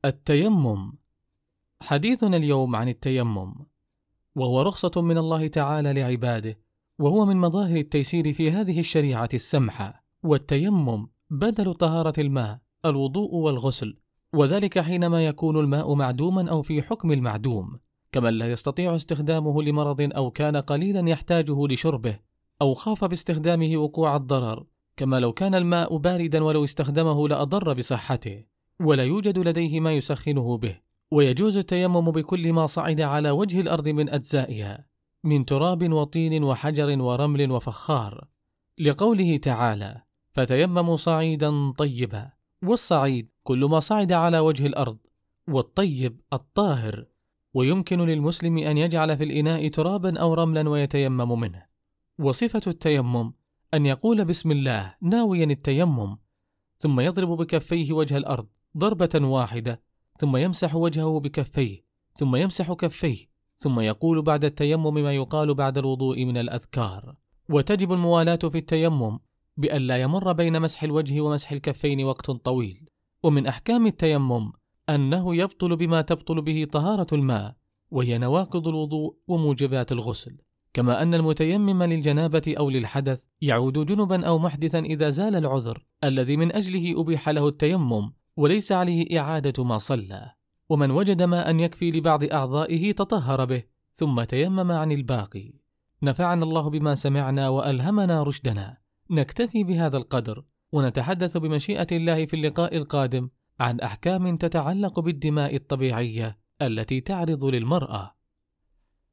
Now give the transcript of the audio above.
التيمم. حديثنا اليوم عن التيمم، وهو رخصة من الله تعالى لعباده، وهو من مظاهر التيسير في هذه الشريعة السمحة. والتيمم بدل طهارة الماء، الوضوء والغسل، وذلك حينما يكون الماء معدوما أو في حكم المعدوم، كمن لا يستطيع استخدامه لمرض أو كان قليلا يحتاجه لشربه، أو خاف باستخدامه وقوع الضرر، كما لو كان الماء باردا ولو استخدمه لأضر بصحته، ولا يوجد لديه ما يسخنه به. ويجوز التيمم بكل ما صعد على وجه الأرض من أجزائها، من تراب وطين وحجر ورمل وفخار، لقوله تعالى: فتيمموا صعيدا طيبا. والصعيد كل ما صعد على وجه الأرض، والطيب الطاهر. ويمكن للمسلم أن يجعل في الإناء ترابا أو رملا ويتيمم منه. وصفة التيمم أن يقول بسم الله ناويا التيمم، ثم يضرب بكفيه وجه الأرض ضربة واحدة، ثم يمسح وجهه بكفيه، ثم يمسح كفيه، ثم يقول بعد التيمم ما يقال بعد الوضوء من الأذكار. وتجب الموالاة في التيمم بأن لا يمر بين مسح الوجه ومسح الكفين وقت طويل. ومن أحكام التيمم أنه يبطل بما تبطل به طهارة الماء، وهي نواقض الوضوء وموجبات الغسل، كما أن المتيمم للجنابة أو للحدث يعود جنبا أو محدثا إذا زال العذر الذي من أجله أبيح له التيمم، وليس عليه إعادة ما صلى. ومن وجد ماء يكفي لبعض أعضائه تطهر به ثم تيمم عن الباقي. نفعنا الله بما سمعنا وألهمنا رشدنا. نكتفي بهذا القدر، ونتحدث بمشيئة الله في اللقاء القادم عن أحكام تتعلق بالدماء الطبيعية التي تعرض للمرأة.